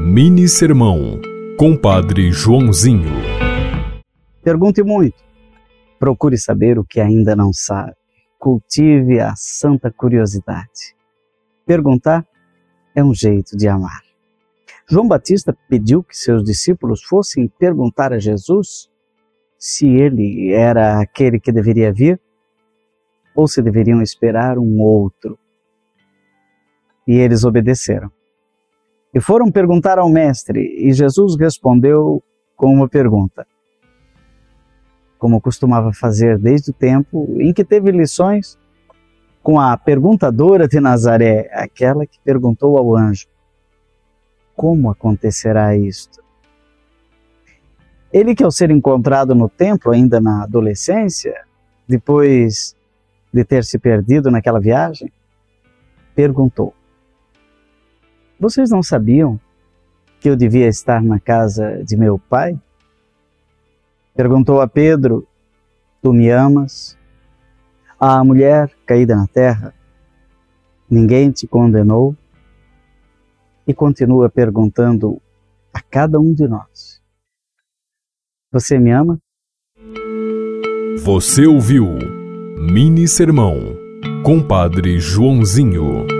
Mini Sermão, Compadre Joãozinho. Pergunte muito, procure saber o que ainda não sabe, cultive a santa curiosidade. Perguntar é um jeito de amar. João Batista pediu que seus discípulos fossem perguntar a Jesus se ele era aquele que deveria vir ou se deveriam esperar um outro. E eles obedeceram. E foram perguntar ao mestre, e Jesus respondeu com uma pergunta, como costumava fazer desde o tempo em que teve lições com a perguntadora de Nazaré, aquela que perguntou ao anjo, como acontecerá isto? Ele que ao ser encontrado no templo ainda na adolescência, depois de ter se perdido naquela viagem, perguntou, vocês não sabiam que eu devia estar na casa de meu pai? Perguntou a Pedro, tu me amas? À mulher caída na terra, ninguém te condenou? E continua perguntando a cada um de nós, você me ama? Você ouviu Mini Sermão, Compadre Joãozinho.